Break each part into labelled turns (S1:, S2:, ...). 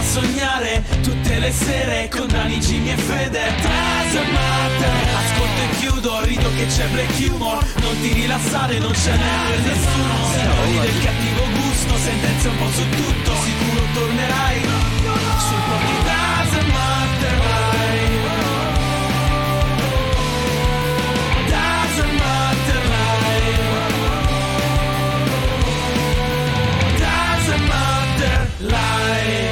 S1: sognare tutte le sere con Dani, Jimmy e Fede. Doesn't matter. Ascolto e chiudo, rido che c'è black humor. Non ti rilassare, non ce n'è per nessuno. Signori del cattivo gusto, sentenze un po' su tutto. Sicuro tornerai sul po' di Doesn't matter live. Doesn't matter live. Doesn't matter live.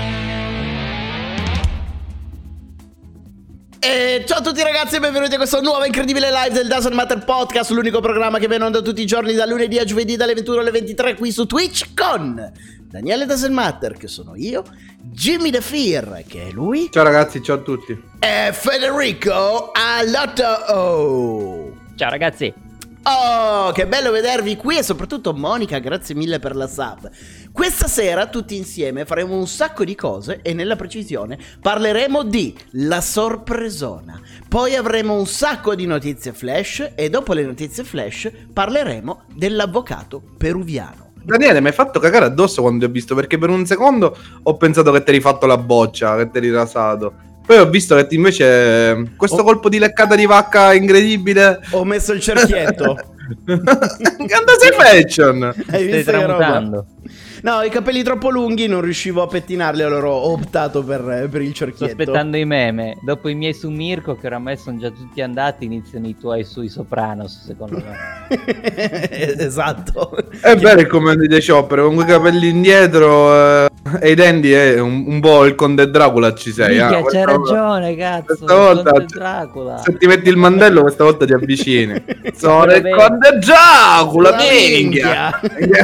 S2: Ciao a tutti ragazzi e benvenuti a questo nuovo incredibile live del Doesn't Matter Podcast, l'unico programma che viene in onda tutti i giorni da lunedì a giovedì dalle 21 alle 23 qui su Twitch con Daniele Doesn't Matter, che sono io, Jimmy The Fear, che è lui.
S3: Ciao ragazzi, ciao a tutti.
S2: E Federico Alotto.
S4: Ciao ragazzi.
S2: Oh, che bello vedervi qui e soprattutto Monica, grazie mille per la sub. Questa sera tutti insieme faremo un sacco di cose e nella precisione parleremo di La Sorpresona. Poi avremo un sacco di notizie flash e dopo le notizie flash parleremo dell'avvocato peruviano.
S3: Daniele, mi hai fatto cagare addosso quando ti ho visto, perché per un secondo ho pensato che ti eri fatto la boccia, che ti eri rasato. Poi ho visto che invece questo colpo di leccata di vacca incredibile.
S2: Ho messo il cerchietto.
S3: Sei fashion.
S2: Hai
S4: Stai
S2: visto che roba?
S4: tramutando.
S2: No, i capelli troppo lunghi, non riuscivo a pettinarli, allora ho optato per il
S4: Sto
S2: cerchietto.
S4: aspettando i meme. Dopo i miei su Mirko, che oramai sono già tutti andati, iniziano i tuoi sui Sopranos, secondo me.
S2: Esatto.
S3: È bello il comando di Chopper, con quei capelli indietro e i denti, un po' il Conde Dracula ci sei.
S4: Minchia,
S3: Questa
S4: c'hai
S3: volta-
S4: ragione, cazzo.
S3: Questa volta,
S4: Conte Dracula.
S3: se ti metti il mantello, questa volta ti avvicini. Sono
S4: Quello
S3: il
S4: vero.
S3: Conde Dracula,
S2: La
S3: minchia.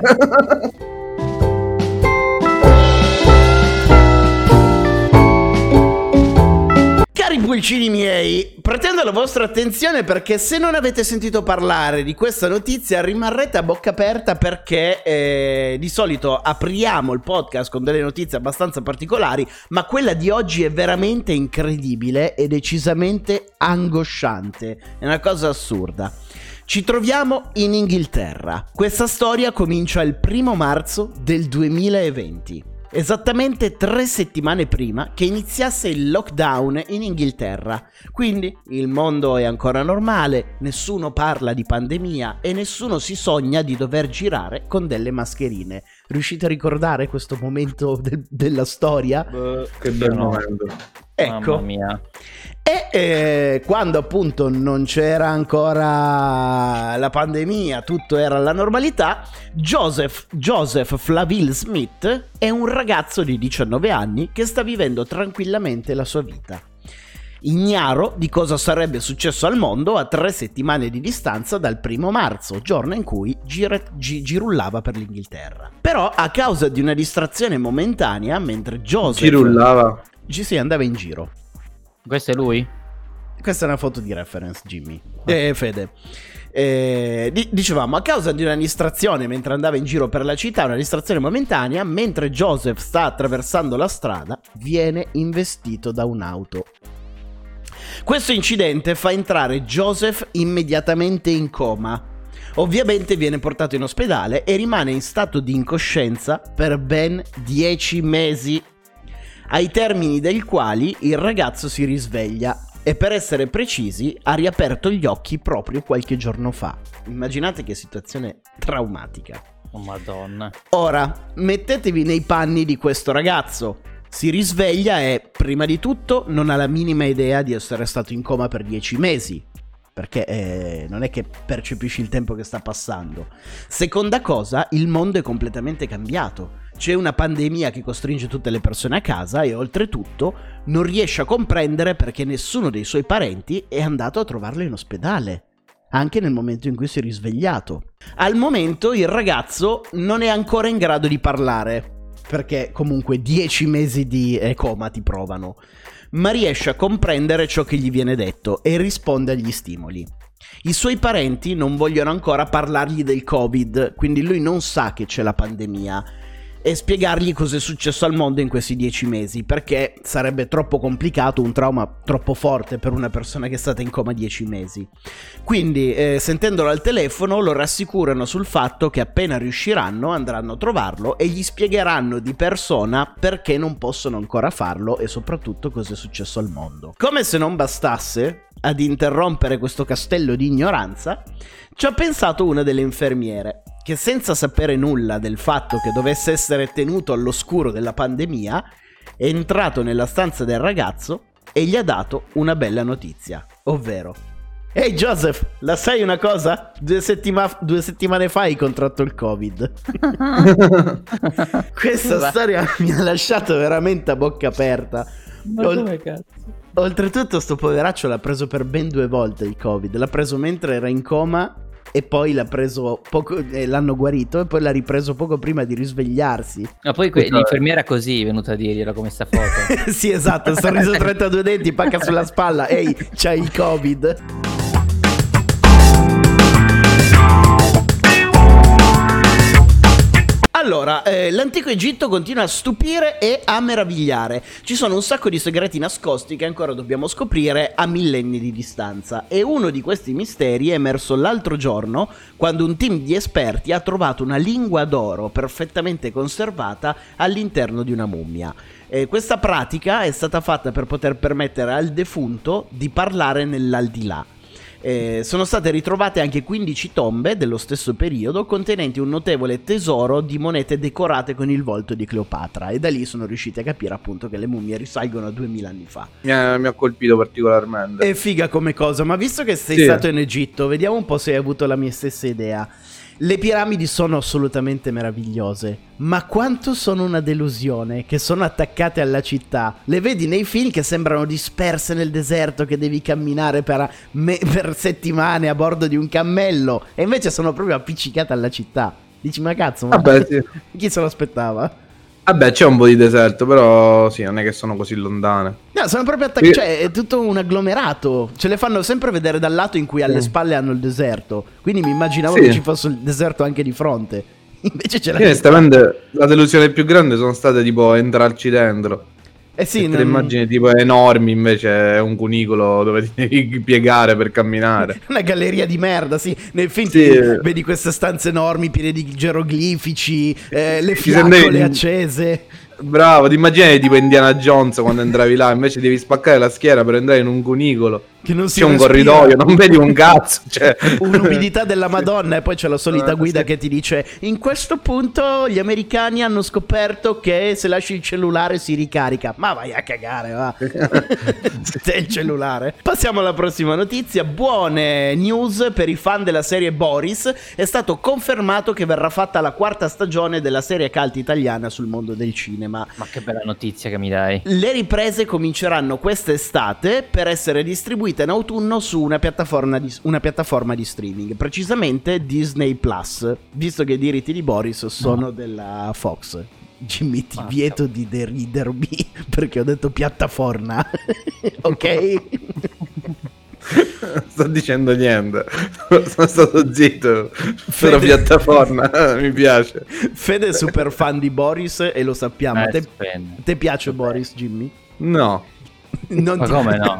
S2: Cari pulcini miei, pretendo la vostra attenzione perché se non avete sentito parlare di questa notizia rimarrete a bocca aperta, perché di solito apriamo il podcast con delle notizie abbastanza particolari, ma quella di oggi è veramente incredibile e decisamente angosciante, è una cosa assurda. Ci troviamo in Inghilterra. Questa storia comincia il 1 marzo del 2020. Esattamente 3 settimane prima che iniziasse il lockdown in Inghilterra. Quindi il mondo è ancora normale, nessuno parla di pandemia e nessuno si sogna di dover girare con delle mascherine. Riuscite a ricordare questo momento della storia?
S3: Che bel
S4: No.
S3: momento.
S2: Ecco.
S4: Mamma mia.
S2: E quando appunto non c'era ancora la pandemia, tutto era alla normalità, Joseph Flaville Smith è un ragazzo di 19 anni che sta vivendo tranquillamente la sua vita, ignaro di cosa sarebbe successo al mondo a 3 settimane di distanza dal 1 marzo, giorno in cui girullava per l'Inghilterra. Però a causa di una distrazione momentanea, mentre Joseph
S3: Ci rullava.
S2: sì, andava in giro.
S4: Questo è lui?
S2: Questa è una foto di reference, Jimmy. Fede. Dicevamo, a causa di una distrazione mentre andava in giro per la città, una distrazione momentanea, mentre Joseph sta attraversando la strada, viene investito da un'auto. Questo incidente fa entrare Joseph immediatamente in coma. Ovviamente viene portato in ospedale e rimane in stato di incoscienza per ben 10 mesi. Ai termini del quali il ragazzo si risveglia e, per essere precisi, ha riaperto gli occhi proprio qualche giorno fa. Immaginate che situazione traumatica.
S4: Oh madonna.
S2: Ora, mettetevi nei panni di questo ragazzo. Si risveglia e, prima di tutto, non ha la minima idea di essere stato in coma per 10 mesi. Perché non è che percepisci il tempo che sta passando. Seconda cosa, il mondo è completamente cambiato. C'è una pandemia che costringe tutte le persone a casa e oltretutto non riesce a comprendere perché nessuno dei suoi parenti è andato a trovarlo in ospedale, anche nel momento in cui si è risvegliato. Al momento il ragazzo non è ancora in grado di parlare, perché comunque 10 mesi di coma ti provano, ma riesce a comprendere ciò che gli viene detto e risponde agli stimoli. I suoi parenti non vogliono ancora parlargli del Covid, quindi lui non sa che c'è la pandemia. e spiegargli cosa è successo al mondo in questi 10 mesi, perché sarebbe troppo complicato, un trauma troppo forte per una persona che è stata in coma 10 mesi. Quindi sentendolo al telefono lo rassicurano sul fatto che appena riusciranno andranno a trovarlo e gli spiegheranno di persona perché non possono ancora farlo e soprattutto cosa è successo al mondo. Come se non bastasse, ad interrompere questo castello di ignoranza ci ha pensato una delle infermiere, che senza sapere nulla del fatto che dovesse essere tenuto all'oscuro della pandemia è entrato nella stanza del ragazzo e gli ha dato una bella notizia, ovvero: ehi Joseph, la sai una cosa? 2 settimane fa hai contratto il Covid. Questa storia mi ha lasciato veramente a bocca aperta.
S4: Ma come cazzo?
S2: Oltretutto sto poveraccio l'ha preso per ben 2 volte il Covid. L'ha preso mentre era in coma e poi l'ha preso l'hanno guarito e poi l'ha ripreso poco prima di risvegliarsi.
S4: Ma poi l'infermiera così è venuta a dirglielo, come sta foto.
S2: Sì, esatto, sorriso 32 denti, pacca sulla spalla. Ehi, c'hai il Covid. Allora, l'antico Egitto continua a stupire e a meravigliare. Ci sono un sacco di segreti nascosti che ancora dobbiamo scoprire a millenni di distanza. E uno di questi misteri è emerso l'altro giorno quando un team di esperti ha trovato una lingua d'oro perfettamente conservata all'interno di una mummia. Questa pratica è stata fatta per poter permettere al defunto di parlare nell'aldilà. Sono state ritrovate anche 15 tombe dello stesso periodo contenenti un notevole tesoro di monete decorate con il volto di Cleopatra, e da lì sono riusciti a capire appunto che le mummie risalgono a 2000 anni fa.
S3: Mi ha colpito particolarmente.
S2: È figa come cosa, ma visto che sei stato in Egitto, vediamo un po' se hai avuto la mia stessa idea. Le piramidi sono assolutamente meravigliose, ma quanto sono una delusione che sono attaccate alla città. Le vedi nei film che sembrano disperse nel deserto, che devi camminare per settimane a bordo di un cammello, e invece sono proprio appiccicate alla città. Dici, ma cazzo, ma
S3: sì.
S2: Chi se lo aspettava?
S3: Vabbè, c'è un po' di deserto, però sì, non è che sono così lontane.
S2: No, sono proprio attaccate, cioè è tutto un agglomerato. Ce le fanno sempre vedere dal lato in cui alle spalle hanno il deserto. Quindi mi immaginavo che ci fosse il deserto anche di fronte. Invece c'è
S3: onestamente la delusione più grande sono state tipo entrarci dentro.
S2: Sì,
S3: le immagini tipo enormi, invece è un cunicolo dove ti devi piegare per camminare.
S2: Una galleria di merda, sì. Nel film vedi queste stanze enormi piene di geroglifici, le fiaccole accese.
S3: Bravo, ti immagini tipo Indiana Jones quando entravi là, invece devi spaccare la schiera per entrare in un cunicolo.
S2: Che non si
S3: c'è
S2: respira.
S3: Un corridoio, non vedi un cazzo, cioè.
S2: Un'umidità della Madonna, e poi c'è la solita guida che ti dice: in questo punto gli americani hanno scoperto che se lasci il cellulare si ricarica. Ma vai a cagare, va. C'è il cellulare. Passiamo alla prossima notizia. Buone news per i fan della serie Boris. È stato confermato che verrà fatta la 4ª stagione della serie cult italiana sul mondo del cinema.
S4: Ma che bella notizia che mi dai.
S2: Le riprese cominceranno quest'estate per essere distribuite in autunno su una piattaforma di streaming, precisamente Disney Plus, visto che i diritti di Boris sono della Fox. Jimmy, ti vieto di deridermi perché ho detto piattaforma. Ok?
S3: Non sto dicendo niente, sono stato zitto. Però piattaforma mi piace.
S2: Fede è super fan di Boris e lo sappiamo. Te piace Boris, Jimmy?
S3: No.
S4: Ma come no?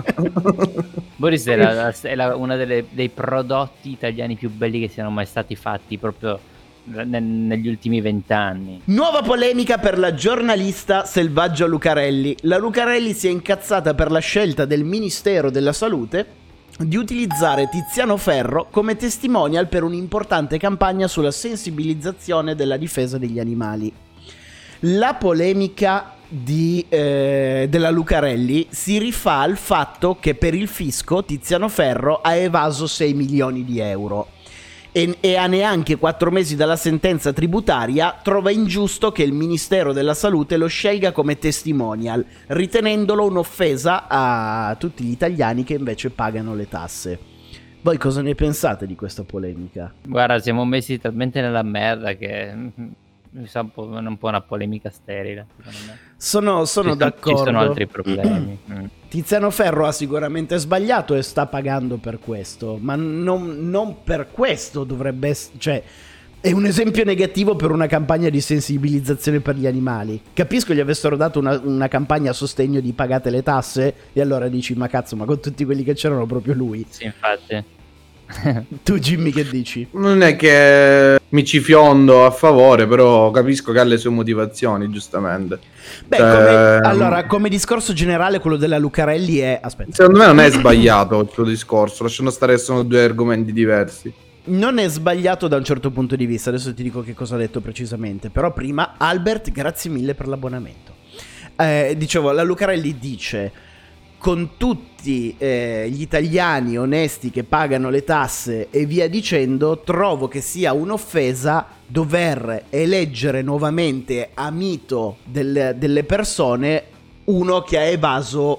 S4: Boris è uno dei prodotti italiani più belli che siano mai stati fatti proprio negli ultimi 20 anni.
S2: Nuova polemica per la giornalista Selvaggia Lucarelli. La Lucarelli si è incazzata per la scelta del Ministero della Salute di utilizzare Tiziano Ferro come testimonial per un'importante campagna sulla sensibilizzazione della difesa degli animali. La polemica della Lucarelli si rifà al fatto che per il fisco Tiziano Ferro ha evaso 6 milioni di euro e a neanche 4 mesi dalla sentenza tributaria trova ingiusto che il Ministero della Salute lo scelga come testimonial, ritenendolo un'offesa a tutti gli italiani che invece pagano le tasse. Voi cosa ne pensate di questa polemica?
S4: Guarda, siamo messi talmente nella merda che mi sa un po' una polemica sterile.
S2: Sono d'accordo.
S4: Ci sono altri problemi.
S2: Tiziano Ferro ha sicuramente sbagliato e sta pagando per questo, ma non per questo dovrebbe essere, cioè È un esempio negativo per una campagna di sensibilizzazione per gli animali. Capisco gli avessero dato una campagna a sostegno di pagate le tasse, e allora dici ma cazzo, ma con tutti quelli che c'erano proprio lui.
S4: Sì, infatti.
S2: Tu Jimmy che dici?
S3: Non è che mi ci fiondo a favore, però capisco che ha le sue motivazioni, giustamente.
S2: Beh, allora, come discorso generale, quello della Lucarelli è... Aspetta.
S3: Secondo me non è sbagliato il tuo discorso, lasciando stare che sono due argomenti diversi.
S2: Non è sbagliato da un certo punto di vista, adesso ti dico che cosa ha detto precisamente, però prima, Albert, grazie mille per l'abbonamento. Dicevo, la Lucarelli dice... con tutti gli italiani onesti che pagano le tasse e via dicendo, trovo che sia un'offesa dover eleggere nuovamente a mito delle persone uno che ha evaso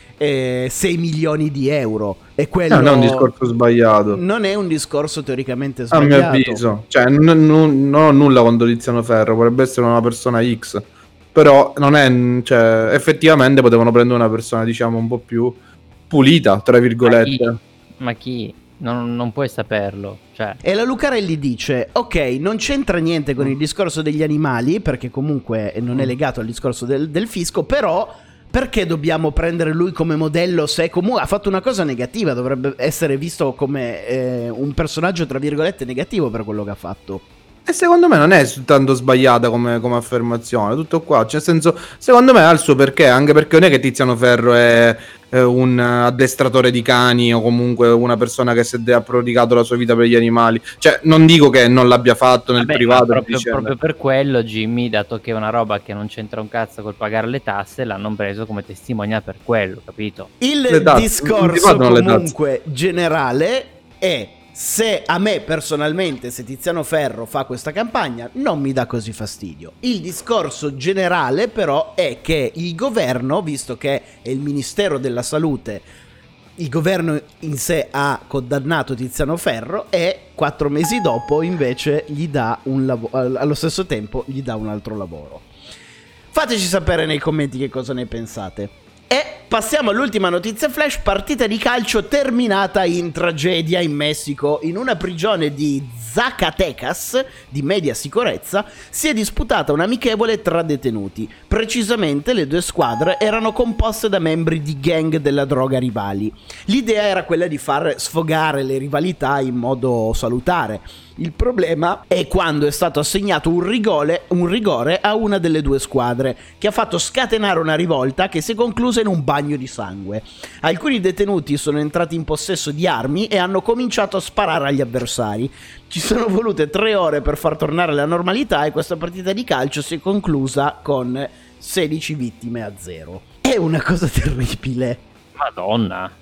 S2: 6 milioni di euro. E quello
S3: non è un discorso sbagliato.
S2: Non è un discorso teoricamente sbagliato.
S3: A mio avviso. Cioè, non ho nulla contro Tiziano Ferro, potrebbe essere una persona X. Però non è, cioè, effettivamente potevano prendere una persona, diciamo, un po' più pulita, tra virgolette.
S4: Ma chi? Non puoi saperlo, cioè.
S2: E la Lucarelli dice, ok, non c'entra niente con il discorso degli animali, perché comunque non è legato al discorso del fisco, però perché dobbiamo prendere lui come modello se comunque ha fatto una cosa negativa, dovrebbe essere visto come un personaggio, tra virgolette, negativo per quello che ha fatto.
S3: E secondo me non è tanto sbagliata come affermazione, tutto qua. Cioè, nel senso, secondo me ha il suo perché, anche perché non è che Tiziano Ferro è un addestratore di cani o comunque una persona che si è prodigato la sua vita per gli animali. Cioè, non dico che non l'abbia fatto nel privato.
S4: Proprio per quello, Jimmy, dato che è una roba che non c'entra un cazzo col pagare le tasse, l'hanno preso come testimonia per quello, capito?
S2: Il discorso comunque generale è: se a me personalmente, se Tiziano Ferro fa questa campagna, non mi dà così fastidio. Il discorso generale però è che il governo, visto che è il Ministero della Salute, il governo in sé ha condannato Tiziano Ferro e 4 mesi dopo invece gli dà un lavoro, allo stesso tempo gli dà un altro lavoro. Fateci sapere nei commenti che cosa ne pensate. E passiamo all'ultima notizia flash: partita di calcio terminata in tragedia in Messico. In una prigione di Zacatecas, di media sicurezza, si è disputata un'amichevole tra detenuti. Precisamente le due squadre erano composte da membri di gang della droga rivali. L'idea era quella di far sfogare le rivalità in modo salutare. Il problema è quando è stato assegnato un rigore a una delle due squadre, che ha fatto scatenare una rivolta che si è conclusa in un bagno di sangue. Alcuni detenuti sono entrati in possesso di armi e hanno cominciato a sparare agli avversari. Ci sono volute 3 ore per far tornare la normalità e questa partita di calcio si è conclusa con 16 vittime a 0. È una cosa terribile.
S4: Madonna.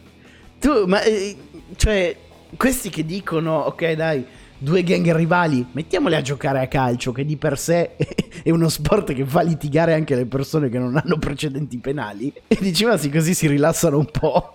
S2: Cioè, questi che dicono, ok dai, 2 gang rivali, mettiamole a giocare a calcio, che di per sé è uno sport che fa litigare anche le persone che non hanno precedenti penali. E diceva sì, così si rilassano un po'.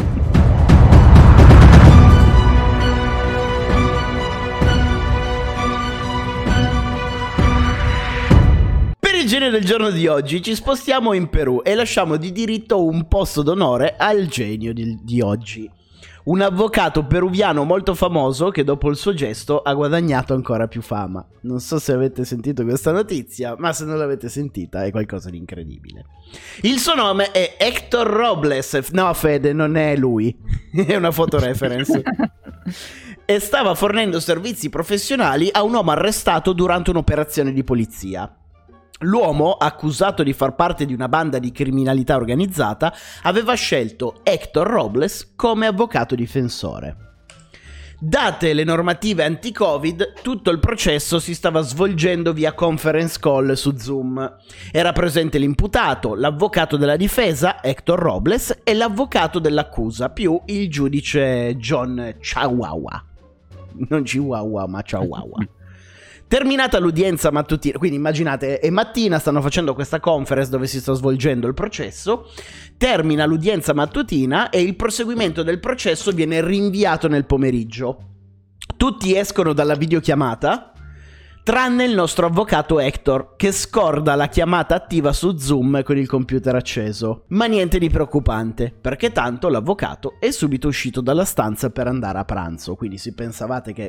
S2: Per il genio del giorno di oggi ci spostiamo in Perù e lasciamo di diritto un posto d'onore al genio di oggi. Un avvocato peruviano molto famoso che dopo il suo gesto ha guadagnato ancora più fama. Non so se avete sentito questa notizia, ma se non l'avete sentita è qualcosa di incredibile. Il suo nome è Héctor Robles. No, Fede, non è lui. È una fotoreference. E stava fornendo servizi professionali a un uomo arrestato durante un'operazione di polizia. L'uomo, accusato di far parte di una banda di criminalità organizzata, aveva scelto Héctor Robles come avvocato difensore. Date le normative anti-Covid, tutto il processo si stava svolgendo via conference call su Zoom. Era presente l'imputato, l'avvocato della difesa, Héctor Robles, e l'avvocato dell'accusa, più il giudice John Chihuahua. Non Chihuahua, ma Chihuahua. Terminata l'udienza mattutina, quindi immaginate, è mattina, stanno facendo questa conference dove si sta svolgendo il processo, termina l'udienza mattutina e il proseguimento del processo viene rinviato nel pomeriggio. Tutti escono dalla videochiamata, tranne il nostro avvocato Héctor, che scorda la chiamata attiva su Zoom con il computer acceso. Ma niente di preoccupante, perché tanto l'avvocato è subito uscito dalla stanza per andare a pranzo, quindi se pensavate che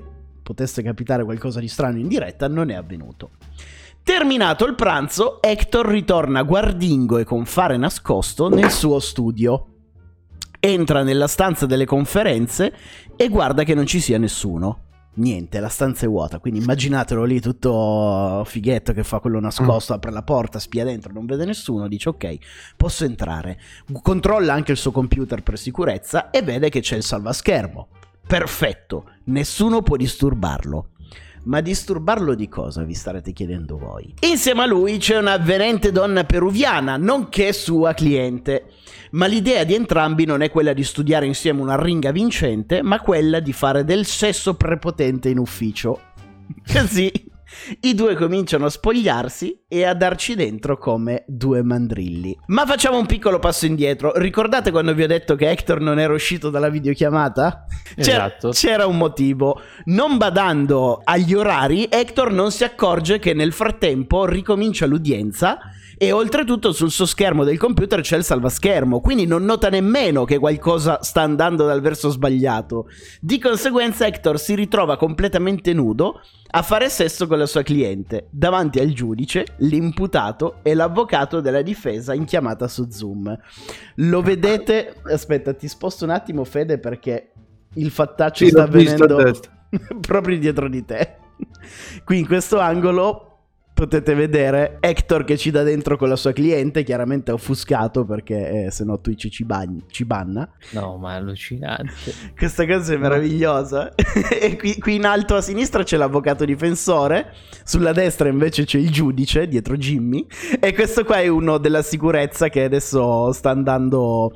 S2: potesse capitare qualcosa di strano in diretta, non è avvenuto. Terminato il pranzo, Hector ritorna guardingo e con fare nascosto nel suo studio. Entra nella stanza delle conferenze e guarda che non ci sia nessuno. Niente, la stanza è vuota, quindi immaginatelo lì tutto fighetto che fa quello nascosto, apre la porta, spia dentro, non vede nessuno, dice ok, posso entrare. Controlla anche il suo computer per sicurezza e vede che c'è il salvaschermo. Perfetto, nessuno può disturbarlo. Ma disturbarlo di cosa, vi starete chiedendo voi? Insieme a lui c'è un'avvenente donna peruviana, nonché sua cliente. Ma l'idea di entrambi non è quella di studiare insieme una ringa vincente, ma quella di fare del sesso prepotente in ufficio. Così i due cominciano a spogliarsi e a darci dentro come due mandrilli. Ma facciamo un piccolo passo indietro. Ricordate quando vi ho detto che Hector non era uscito dalla videochiamata?
S4: Esatto.
S2: C'era un motivo. Non badando agli orari, Hector non si accorge che nel frattempo ricomincia l'udienza e oltretutto sul suo schermo del computer c'è il salvaschermo, quindi non nota nemmeno che qualcosa sta andando dal verso sbagliato. Di conseguenza Hector si ritrova completamente nudo a fare sesso con la sua cliente davanti al giudice, l'imputato e l'avvocato della difesa in chiamata su Zoom. Lo vedete? Aspetta, ti sposto un attimo, Fede, perché il fattaccio sta avvenendo proprio dietro di te. Qui in questo angolo potete vedere Hector che ci dà dentro con la sua cliente, chiaramente offuscato perché se no Twitch ci banna.
S4: No, ma è allucinante.
S2: Questa cosa è meravigliosa. E qui in alto a sinistra c'è l'avvocato difensore, sulla destra invece c'è il giudice dietro Jimmy, e questo qua è uno della sicurezza che adesso sta andando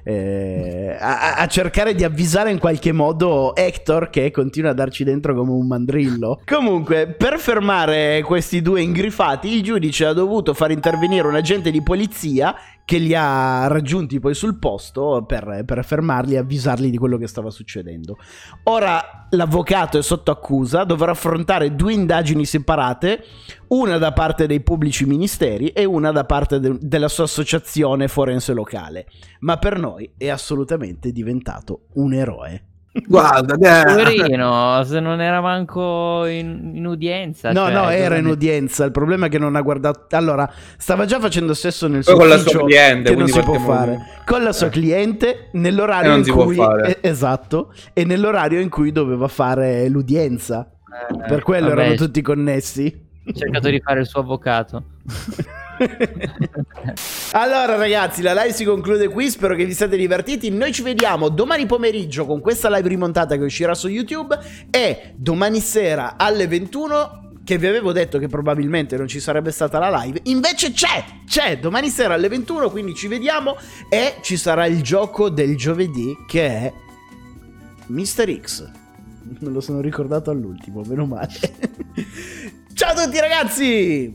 S2: a cercare di avvisare in qualche modo Hector, che continua a darci dentro come un mandrillo. Comunque, per fermare questi due ingrifati, il giudice ha dovuto far intervenire un agente di polizia che li ha raggiunti poi sul posto per fermarli e avvisarli di quello che stava succedendo. Ora l'avvocato è sotto accusa, dovrà affrontare due indagini separate, una da parte dei pubblici ministeri e una da parte della sua associazione forense locale. Ma per noi è assolutamente diventato un eroe.
S3: Guarda,
S4: poverino, se non era manco in udienza.
S2: No,
S4: cioè,
S2: no, era in udienza. Il problema è che non ha guardato. Allora, stava già facendo sesso nel
S3: poi
S2: suo
S3: con la
S2: ufficio,
S3: sua cliente,
S2: che non
S3: quindi
S2: si può fare. Con la sua cliente nell'orario in cui esatto, e nell'orario in cui doveva fare l'udienza. Per quello erano tutti connessi.
S4: Ha cercato di fare il suo avvocato.
S2: Allora ragazzi, la live si conclude qui, spero che vi siate divertiti. Noi ci vediamo domani pomeriggio con questa live rimontata che uscirà su YouTube, e domani sera alle 21, che vi avevo detto che probabilmente non ci sarebbe stata la live, invece c'è domani sera alle 21, quindi ci vediamo e ci sarà il gioco del giovedì che è Mr. X. Me lo sono ricordato all'ultimo, meno male. Ciao a tutti ragazzi!